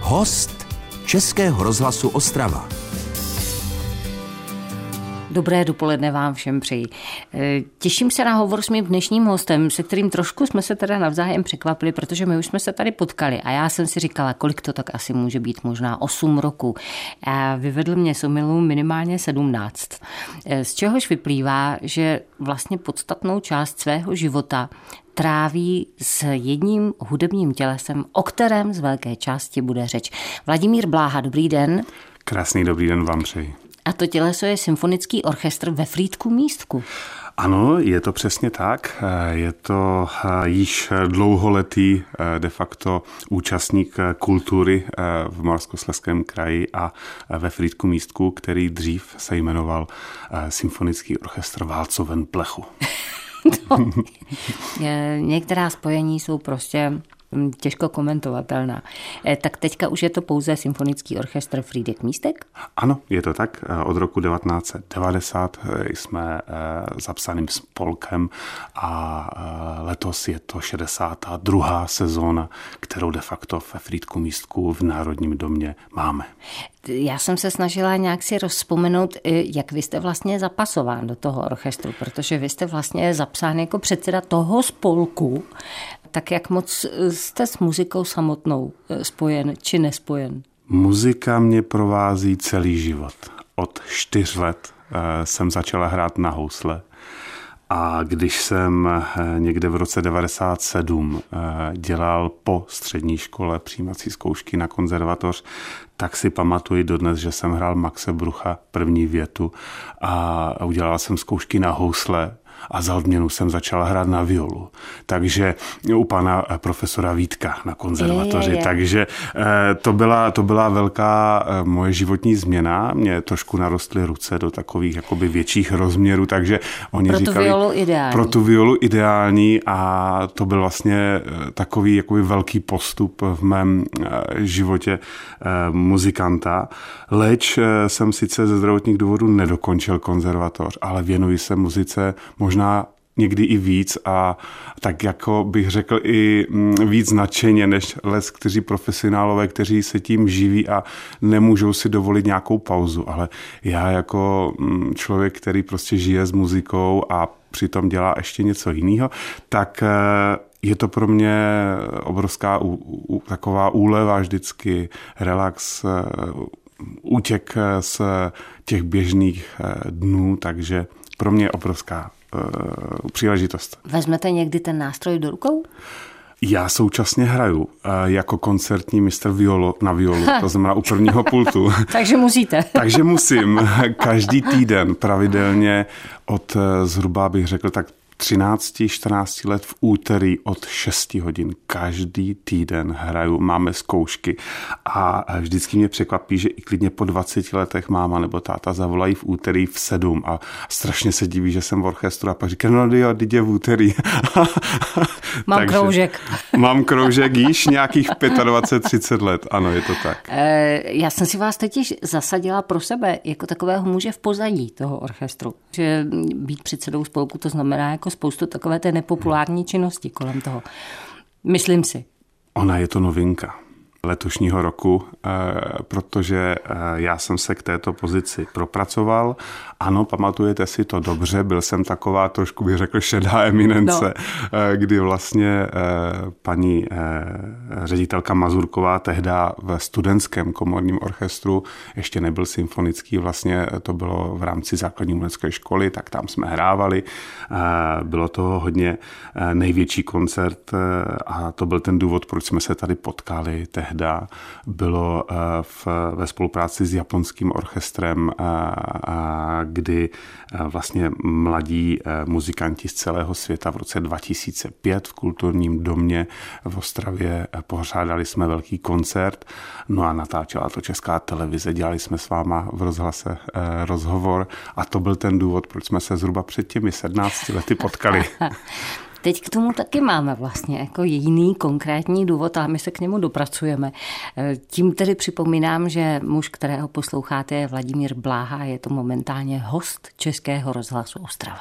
Host Českého rozhlasu Ostrava. Dobré dopoledne vám všem přeji. Těším se na hovor s mým dnešním hostem, se kterým trošku jsme se teda navzájem překvapili, protože my už jsme se tady potkali a já jsem si říkala, kolik to tak asi může být, možná 8 roků. A vyvedl mě z omylu minimálně 17. Z čehož vyplývá, že vlastně podstatnou část svého života tráví s jedním hudebním tělesem, o kterém z velké části bude řeč. Vladimír Bláha, dobrý den. Krásný dobrý den vám přeji. A to těleso je symfonický orchestr ve Frýdku Místku. Ano, je to přesně tak. Je to již dlouholetý de facto účastník kultury v Moravskoslezském kraji a ve Frýdku Místku, který dřív se jmenoval Symfonický orchestr Válcoven plechu. Některá spojení jsou prostě těžko komentovatelná. Tak teďka už je to pouze Symfonický orchestr Frýdek Místek? Ano, je to tak. Od roku 1990 jsme zapsaným spolkem a letos je to 62. sezóna, kterou de facto ve Frýdku Místku v Národním domě máme. Já jsem se snažila nějak si rozpomenout, jak vy jste vlastně zapasován do toho orchestru, protože vy jste vlastně zapsán jako předseda toho spolku. Tak jak moc jste s muzikou samotnou spojen či nespojen? Muzika mě provází celý život. Od 4 let jsem začala hrát na housle. A když jsem někde v roce 1997 dělal po střední škole přijímací zkoušky na konzervatoř, tak si pamatuji dodnes, že jsem hrál Maxe Brucha první větu a udělal jsem zkoušky na housle a za odměnu jsem začal hrát na violu. Takže u pana profesora Vítka na konzervatoři. Takže to byla velká moje životní změna. Mě trošku narostly ruce do takových jakoby větších rozměrů, takže oni pro říkali... Pro tu violu ideální a to byl vlastně takový jakoby velký postup v mém životě muzikanta. Leč jsem sice ze zdravotních důvodů nedokončil konzervatoř, ale věnuji se muzice možná někdy i víc a tak jako bych řekl i víc nadšeně než kteří profesionálové, kteří se tím živí a nemůžou si dovolit nějakou pauzu. Ale já jako člověk, který prostě žije s muzikou a přitom dělá ještě něco jiného, tak je to pro mě obrovská taková úleva vždycky, relax, útěk z těch běžných dnů, tak pro mě je obrovská příležitost. Vezmete někdy ten nástroj do rukou? Já současně hraju jako koncertní mistr na violu, to znamená u prvního pultu. Takže musíte. Takže musím každý týden pravidelně od zhruba bych řekl tak 13-14 let v úterý od 6 hodin. Každý týden hraju, máme zkoušky a vždycky mě překvapí, že i klidně po 20 letech máma nebo táta zavolají v úterý v 7 a strašně se diví, že jsem v orchestru a pak říká, no jo, teď je v úterý. Mám kroužek. Mám kroužek již nějakých 25-30 let, ano, je to tak. Já jsem si vás teď zasadila pro sebe jako takového muže v pozadí toho orchestru. Že být předsedou spolku, to znamená jako spoustu takové té nepopulární činnosti kolem toho. Myslím si. Ona je to novinka letošního roku, protože já jsem se k této pozici propracoval. Ano, pamatujete si to dobře, byl jsem taková trošku bych řekl šedá eminence, kdy vlastně paní ředitelka Mazurková tehda ve studentském komorním orchestru, ještě nebyl symfonický, vlastně to bylo v rámci základní umělecké školy, tak tam jsme hrávali. Bylo to hodně největší koncert a to byl ten důvod, proč jsme se tady potkali tehda. Bylo ve spolupráci s japonským orchestrem, kdy vlastně mladí muzikanti z celého světa v roce 2005 v Kulturním domě v Ostravě pořádali jsme velký koncert. No a natáčela to Česká televize, dělali jsme s váma v rozhlase rozhovor a to byl ten důvod, proč jsme se zhruba před těmi 17 lety potkali. Teď k tomu taky máme vlastně jako jiný konkrétní důvod, ale my se k němu dopracujeme. Tím tedy připomínám, že muž, kterého posloucháte, je Vladimír Bláha, je to momentálně host Českého rozhlasu Ostrava.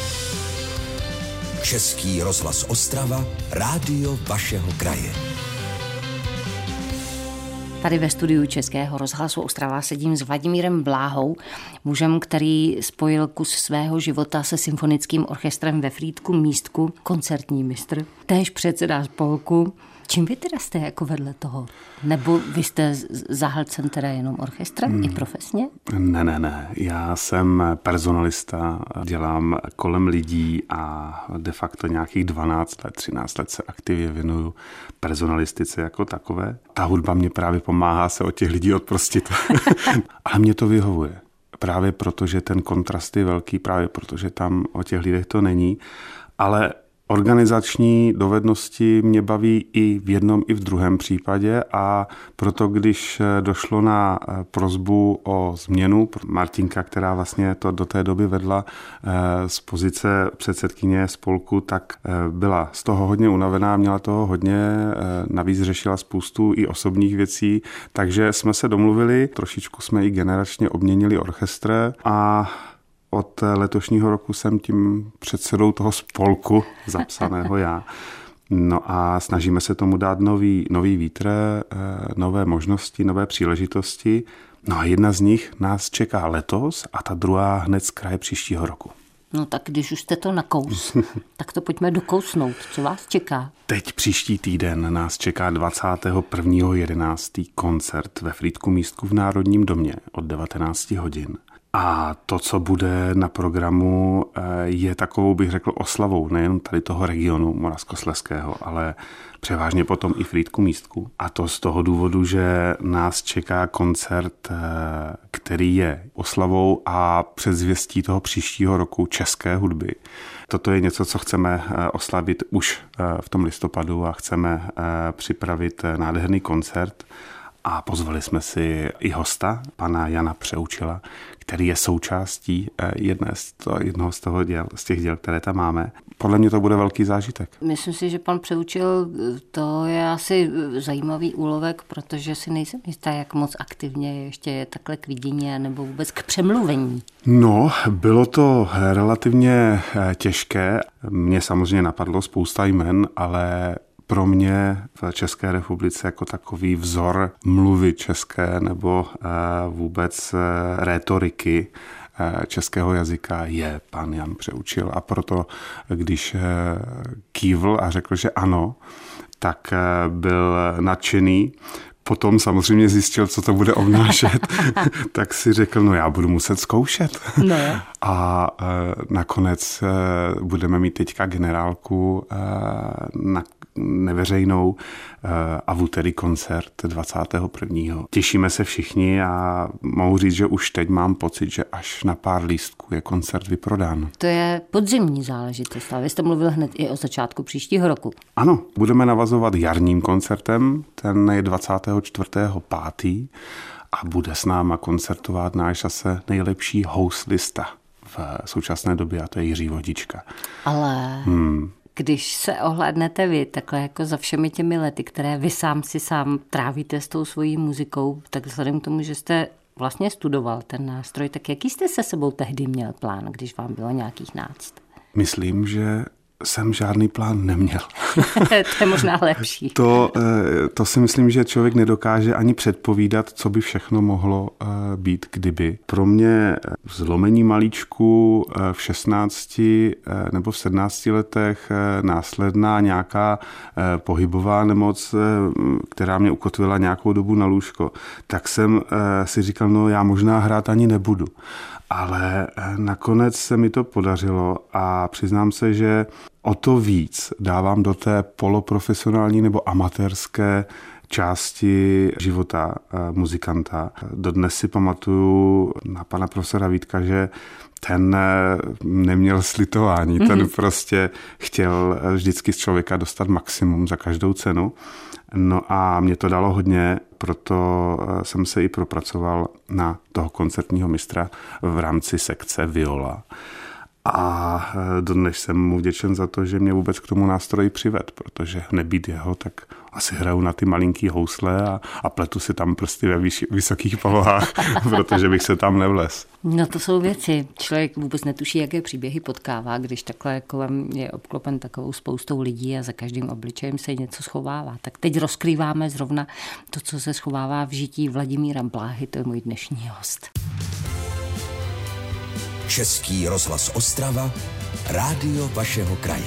Český rozhlas Ostrava, rádio vašeho kraje. Tady ve studiu Českého rozhlasu Ostrava sedím s Vladimírem Bláhou, mužem, který spojil kus svého života se symfonickým orchestrem ve Frýdku Místku, koncertní mistr, též předseda spolku. Čím vy teda jste jako vedle toho? Nebo vy jste zahlcen teda jenom orchestrem i profesně? Ne. Já jsem personalista, dělám kolem lidí a de facto nějakých 12 let, 13 let se aktivně věnuju personalistice jako takové. Ta hudba mě právě pomáhá se od těch lidí odprostit. Ale mě to vyhovuje. Právě protože ten kontrast je velký, právě protože tam o těch lidech to není. Ale organizační dovednosti mě baví i v jednom, i v druhém případě a proto, když došlo na prosbu o změnu, Martinka, která vlastně to do té doby vedla z pozice předsedkyně spolku, tak byla z toho hodně unavená, měla toho hodně, navíc řešila spoustu i osobních věcí, takže jsme se domluvili, trošičku jsme i generačně obměnili orchestr a od letošního roku jsem tím předsedou toho spolku zapsaného já. No a snažíme se tomu dát nový vítr, nové možnosti, nové příležitosti. No a jedna z nich nás čeká letos a ta druhá hned z kraje příštího roku. No tak když už jste to nakous, tak to pojďme dokousnout. Co vás čeká? Teď příští týden nás čeká 21.11. koncert ve Frýdku Místku v Národním domě od 19 hodin. A to, co bude na programu, je takovou, bych řekl, oslavou nejen tady toho regionu Moravskoslezského, ale převážně potom i Frýdku Místku. A to z toho důvodu, že nás čeká koncert, který je oslavou a předzvěstí toho příštího roku české hudby. Toto je něco, co chceme oslavit už v tom listopadu a chceme připravit nádherný koncert. A pozvali jsme si i hosta, pana Jana Přeučila, který je součástí jednoho z těch děl, které tam máme. Podle mě to bude velký zážitek. Myslím si, že pan Přeučil, to je asi zajímavý úlovek, protože si nejsem jistá, jak moc aktivně ještě je takhle k vidění nebo vůbec k přemluvení. No, bylo to relativně těžké. Mně samozřejmě napadlo spousta jmen, ale pro mě v České republice jako takový vzor mluvy české nebo vůbec rétoriky českého jazyka je pan Jan Přeučil. A proto, když kývl a řekl, že ano, tak byl nadšený. Potom samozřejmě zjistil, co to bude obnášet, tak si řekl, no já budu muset zkoušet. No. A nakonec budeme mít teďka generálku na neveřejnou a v úterý koncert 21. Těšíme se všichni a mohu říct, že už teď mám pocit, že až na pár lístků je koncert vyprodán. To je podzimní záležitost, ale vy jste mluvil hned i o začátku příštího roku. Ano, budeme navazovat jarním koncertem, ten je 24.5. a bude s náma koncertovat náš zase nejlepší houslista v současné době a to je Jiří Vodička. Ale když se ohlédnete vy, takhle jako za všemi těmi lety, které vy sám trávíte s tou svojí muzikou, tak vzhledem k tomu, že jste vlastně studoval ten nástroj, tak jaký jste se sebou tehdy měl plán, když vám bylo nějakých 11? Myslím, že jsem žádný plán neměl. To je možná lepší. To si myslím, že člověk nedokáže ani předpovídat, co by všechno mohlo být, kdyby. Pro mě zlomení malíčku v 16 nebo v 17 letech, následná nějaká pohybová nemoc, která mě ukotvila nějakou dobu na lůžko, tak jsem si říkal, no já možná hrát ani nebudu. Ale nakonec se mi to podařilo a přiznám se, že o to víc dávám do té poloprofesionální nebo amatérské části života muzikanta. Dodnes si pamatuju na pana profesora Vítka, že ten neměl slitování, ten prostě chtěl vždycky z člověka dostat maximum za každou cenu. No a mě to dalo hodně, proto jsem se i propracoval na toho koncertního mistra v rámci sekce viola. A dodnes jsem mu vděčen za to, že mě vůbec k tomu nástroji přived, protože nebýt jeho, tak asi hraju na ty malinký housle a pletu si tam prsty ve vysokých polohách, protože bych se tam nevlez. No to jsou věci. Člověk vůbec netuší, jaké příběhy potkává, když takhle kolem je obklopen takovou spoustou lidí a za každým obličejem se něco schovává. Tak teď rozkrýváme zrovna to, co se schovává v žití Vladimíra Bláhy, to je můj dnešní host. Český rozhlas Ostrava, rádio vašeho kraje.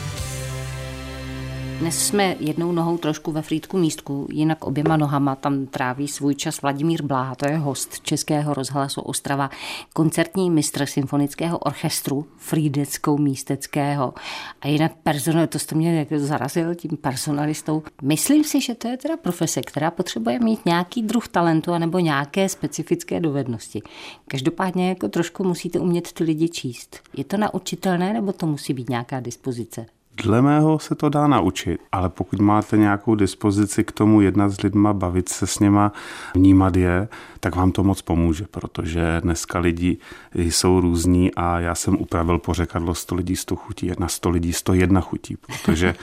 Dnes jsme jednou nohou trošku ve Frýdku Místku, jinak oběma nohama tam tráví svůj čas Vladimír Bláha, to je host Českého rozhlasu Ostrava, koncertní mistr symfonického orchestru Frýdecko-místeckého. A jinak to jste mě jako zarazil tím personalistou. Myslím si, že to je teda profese, která potřebuje mít nějaký druh talentu anebo nějaké specifické dovednosti. Každopádně jako trošku musíte umět ty lidi číst. Je to naučitelné, nebo to musí být nějaká dispozice? Dle mého se to dá naučit, ale pokud máte nějakou dispozici k tomu jednat s lidma, bavit se s něma, vnímat je, tak vám to moc pomůže, protože dneska lidi jsou různí a já jsem upravil pořekadlo 100 lidí 100 chutí, na 100 lidí 101 chutí, protože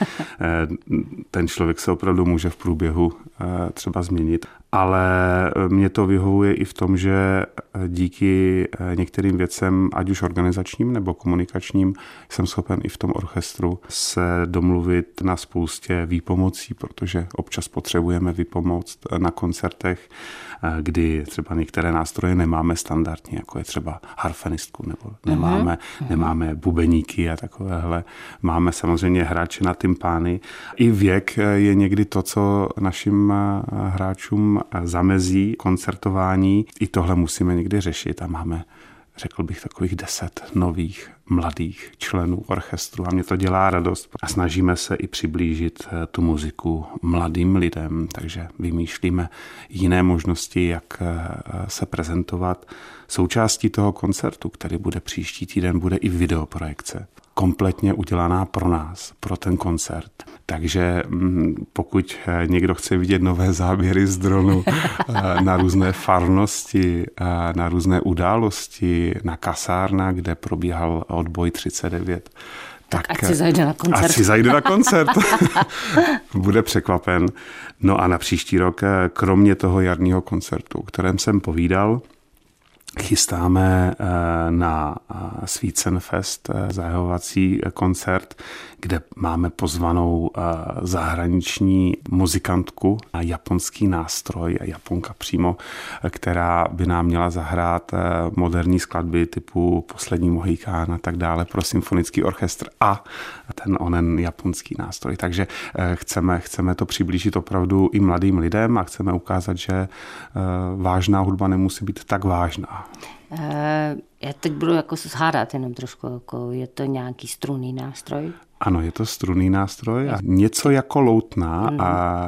ten člověk se opravdu může v průběhu třeba změnit. Ale mě to vyhovuje i v tom, že díky některým věcem, ať už organizačním nebo komunikačním, jsem schopen i v tom orchestru se domluvit na spoustě výpomocí, protože občas potřebujeme vypomoct na koncertech, kdy třeba některé nástroje nemáme standardně, jako je třeba harfenistku, nebo nemáme bubeníky a takovéhle. Máme samozřejmě hráče na tympány. I věk je někdy to, co našim hráčům zamezí koncertování. I tohle musíme někdy řešit a máme, řekl bych, takových 10 nových mladých členů orchestru a mě to dělá radost. A snažíme se i přiblížit tu muziku mladým lidem, takže vymýšlíme jiné možnosti, jak se prezentovat. Součástí toho koncertu, který bude příští týden, bude i videoprojekce. Kompletně udělaná pro nás, pro ten koncert. Takže pokud někdo chce vidět nové záběry z dronu na různé farnosti, na různé události, na kasárna, kde probíhal odboj 39, tak ať si zajde na koncert. Ať si zajde na koncert. Bude překvapen. No a na příští rok, kromě toho jarního koncertu, o kterém jsem povídal, chystáme na Svícenfest zahajovací koncert, kde máme pozvanou zahraniční muzikantku a japonský nástroj, Japonka přímo, která by nám měla zahrát moderní skladby typu Poslední Mohikán a tak dále pro symfonický orchestr a ten onen japonský nástroj. Takže chceme to přiblížit opravdu i mladým lidem a chceme ukázat, že vážná hudba nemusí být tak vážná. Já teď budu jako hádat jenom trošku, jako je to nějaký strunný nástroj? Ano, je to strunný nástroj a něco jako loutna a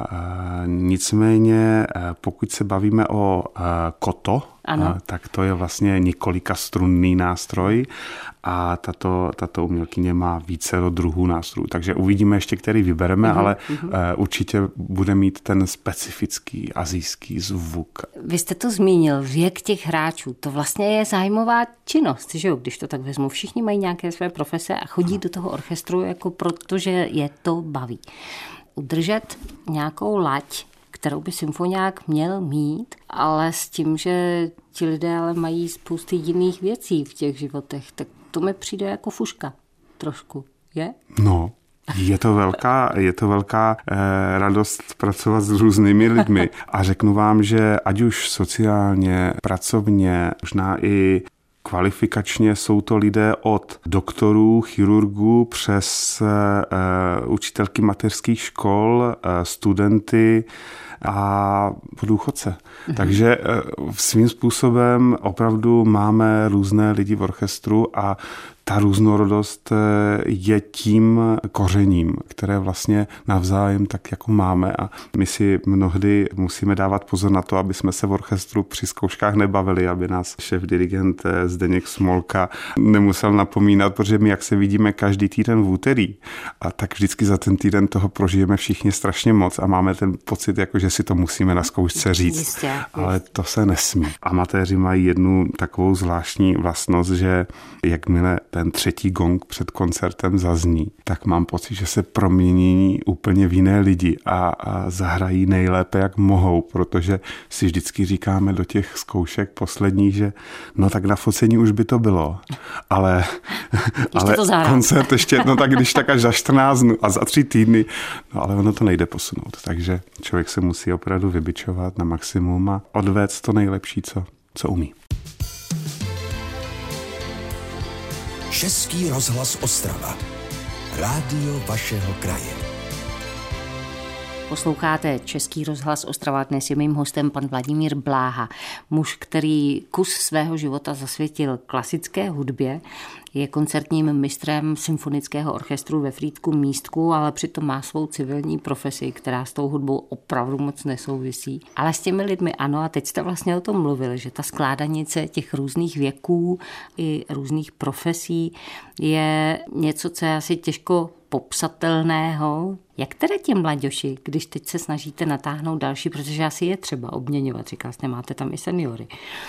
nicméně pokud se bavíme o koto, tak to je vlastně několika strunný nástroj a tato umělkyně má více druhů nástrojů. Takže uvidíme ještě, který vybereme, ale určitě bude mít ten specifický asijský zvuk. Vy jste to zmínil, věk těch hráčů, to vlastně je zájmová činnost, že jo? Když to tak vezmu, všichni mají nějaké své profese a chodí do toho orchestru, jako protože je to baví. Udržet nějakou lať, kterou by symfoniák měl mít, ale s tím, že ti lidé ale mají spousty jiných věcí v těch životech, tak to mi přijde jako fuška trošku, je? No, je to velká radost pracovat s různými lidmi a řeknu vám, že ať už sociálně, pracovně, možná i kvalifikačně jsou to lidé od doktorů, chirurgů přes učitelky mateřských škol, studenty a důchodce. Takže svým způsobem opravdu máme různé lidi v orchestru a ta různorodost je tím kořením, které vlastně navzájem tak jako máme a my si mnohdy musíme dát pozor na to, aby jsme se v orchestru při zkouškách nebavili, aby nás šéf-dirigent Zdeněk Smolka nemusel napomínat, protože my jak se vidíme každý týden v úterý a tak vždycky za ten týden toho prožijeme všichni strašně moc a máme ten pocit, jako že si to musíme na zkoušce říct. Jistě. Ale to se nesmí. Amatéři mají jednu takovou zvláštní vlastnost, že jakmile ten třetí gong před koncertem zazní, tak mám pocit, že se promění úplně v jiné lidi a zahrají nejlépe, jak mohou, protože si vždycky říkáme do těch zkoušek posledních, že no tak na focení už by to bylo, ale koncert ještě, no tak když tak až za 14 dnů a za 3 týdny, no ale ono to nejde posunout, takže člověk se musí opravdu vybičovat na maximum a odvést to nejlepší, co umí. Český rozhlas Ostrava. Rádio vašeho kraje. Posloucháte Český rozhlas Ostrava. Dnes je mým hostem pan Vladimír Bláha, muž, který kus svého života zasvětil klasické hudbě, je koncertním mistrem symfonického orchestru ve Frýdku Místku, ale přitom má svou civilní profesi, která s tou hudbou opravdu moc nesouvisí. Ale s těmi lidmi ano, a teď jste vlastně o tom mluvil, že ta skládanice těch různých věků i různých profesí je něco, co je asi těžko popsatelného. Jak tedy ti mladěši, když teď se snažíte natáhnout další, protože asi je třeba obměňovat, říkal jste, máte tam i seniory,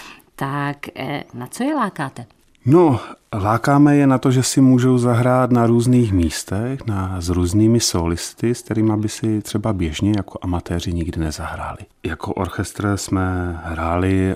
tak na co je lákáte? No, lákáme je na to, že si můžou zahrát na různých místech, s různými solisty, s kterými by si třeba běžně jako amatéři nikdy nezahráli. Jako orchestr jsme hráli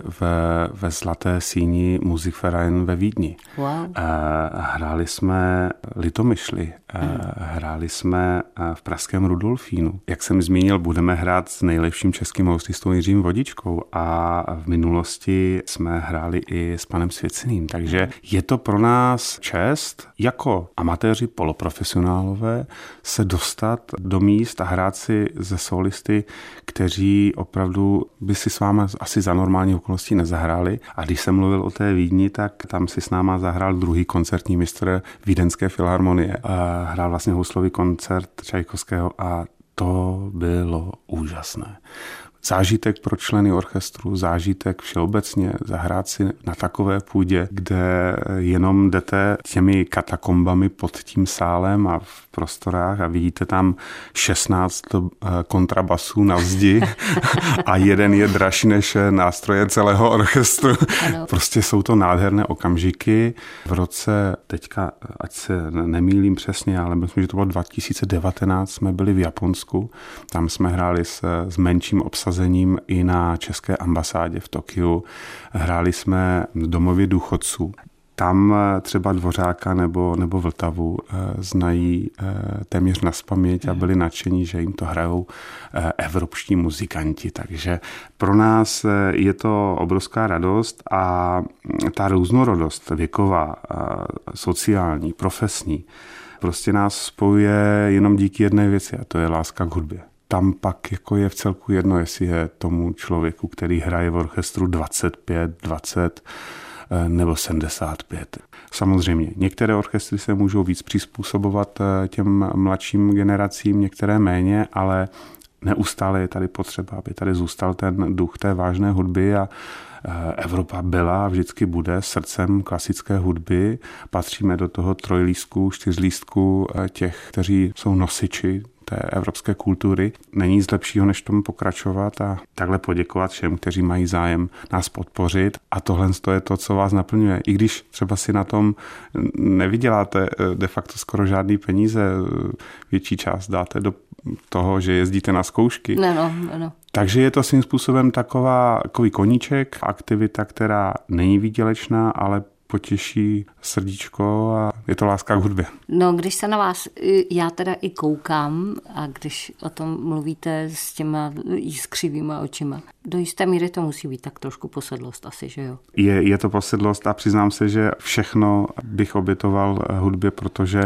ve Zlaté síni Musikverein ve Vídni. Wow. Hráli jsme Litomyšli, hráli jsme v pražském Rudolfínu. Jak jsem zmínil, budeme hrát s nejlepším českým houslistou Jiřím Vodičkou a v minulosti jsme hráli i s panem Svěceným. Takže je to pro nás čest jako amatéři poloprofesionálové se dostat do míst a hrát si ze solisty, kteří opravdu by si s vámi asi za normální okolností nezahráli. A když jsem mluvil o té Vídni, tak tam si s náma zahrál druhý koncertní mistr Vídeňské filharmonie. A hrál vlastně houslový koncert Čajkovského a to bylo úžasné. Zážitek pro členy orchestru, zážitek všeobecně zahrát si na takové půdě, kde jenom jdete těmi katakombami pod tím sálem a v prostorách a vidíte tam 16 kontrabasů na zdi a jeden je dražší než nástroje celého orchestru. Ano. Prostě jsou to nádherné okamžiky. V roce, teďka, ať se nemýlím přesně, ale myslím, že to bylo 2019, jsme byli v Japonsku. Tam jsme hráli s menším obsazením i na české ambasádě v Tokiu. Hráli jsme v domově důchodců. Tam třeba Dvořáka nebo Vltavu znají téměř nazpaměť a byli nadšení, že jim to hrajou evropští muzikanti. Takže pro nás je to obrovská radost a ta různorodost věková, sociální, profesní prostě nás spojuje jenom díky jedné věci a to je láska k hudbě. Tam pak jako je v celku jedno, jestli je tomu člověku, který hraje v orchestru 25, 20 nebo 75. Samozřejmě, některé orchestry se můžou víc přizpůsobovat těm mladším generacím, některé méně, ale neustále je tady potřeba, aby tady zůstal ten duch té vážné hudby a Evropa byla a vždycky bude srdcem klasické hudby. Patříme do toho trojlístku, čtyřlístku těch, kteří jsou nosiči té evropské kultury. Není nic lepšího, než tomu pokračovat a takhle poděkovat všem, kteří mají zájem nás podpořit. A tohle je to, co vás naplňuje. I když třeba si na tom nevyděláte de facto skoro žádný peníze, větší část dáte do toho, že jezdíte na zkoušky. No. Takže je to svým způsobem takový koníček, aktivita, která není výdělečná, ale potěší srdíčko a je to láska k hudbě. No, když se na vás, já teda i koukám a když o tom mluvíte s těma jiskřivýma očima, do jisté míry to musí být tak trošku posedlost asi, že jo? Je to posedlost a přiznám se, že všechno bych obětoval hudbě, protože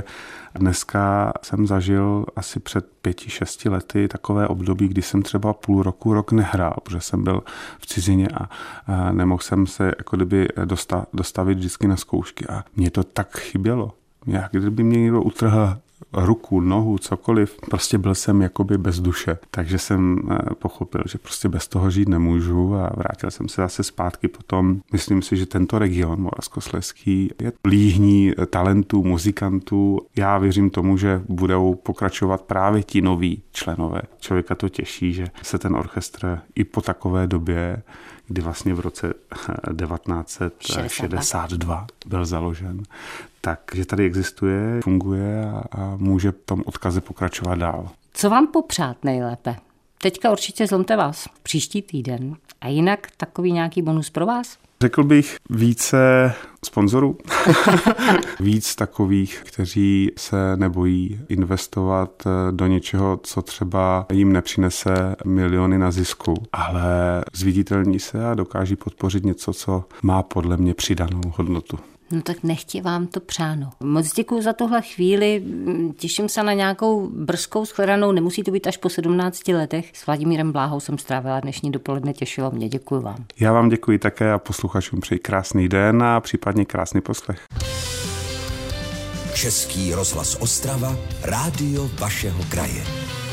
dneska jsem zažil asi před 5-6 lety takové období, kdy jsem třeba půl roku, rok nehrál, protože jsem byl v cizině a nemohl jsem se jako kdyby dostavit vždycky na zkoušky a mě to tak chybělo. Jak kdyby mě někdo utrhl ruku, nohu, cokoliv. Prostě byl jsem jakoby bez duše. Takže jsem pochopil, že prostě bez toho žít nemůžu a vrátil jsem se zase zpátky potom. Myslím si, že tento region Moravskoslezský je líhní talentů, muzikantů. Já věřím tomu, že budou pokračovat právě ti noví členové. Člověka to těší, že se ten orchestr i po takové době, kdy vlastně v roce 1962 byl založen, takže tady existuje, funguje a může v tom odkaze pokračovat dál. Co vám popřát nejlépe? Teďka určitě zlomte vás příští týden. A jinak takový nějaký bonus pro vás? Řekl bych více sponzorů, víc takových, kteří se nebojí investovat do něčeho, co třeba jim nepřinese miliony na zisku, ale zviditelní se a dokáží podpořit něco, co má podle mě přidanou hodnotu. No tak nechtě vám to přáno. Moc děkuji za tuhle chvíli, těším se na nějakou brzkou shledanou, nemusí to být až po 17 letech. S Vladimírem Bláhou jsem strávila dnešní dopoledne, těšilo mě, děkuji vám. Já vám děkuji také a posluchačům přeji krásný den a případně krásný poslech. Český rozhlas Ostrava, rádio vašeho kraje.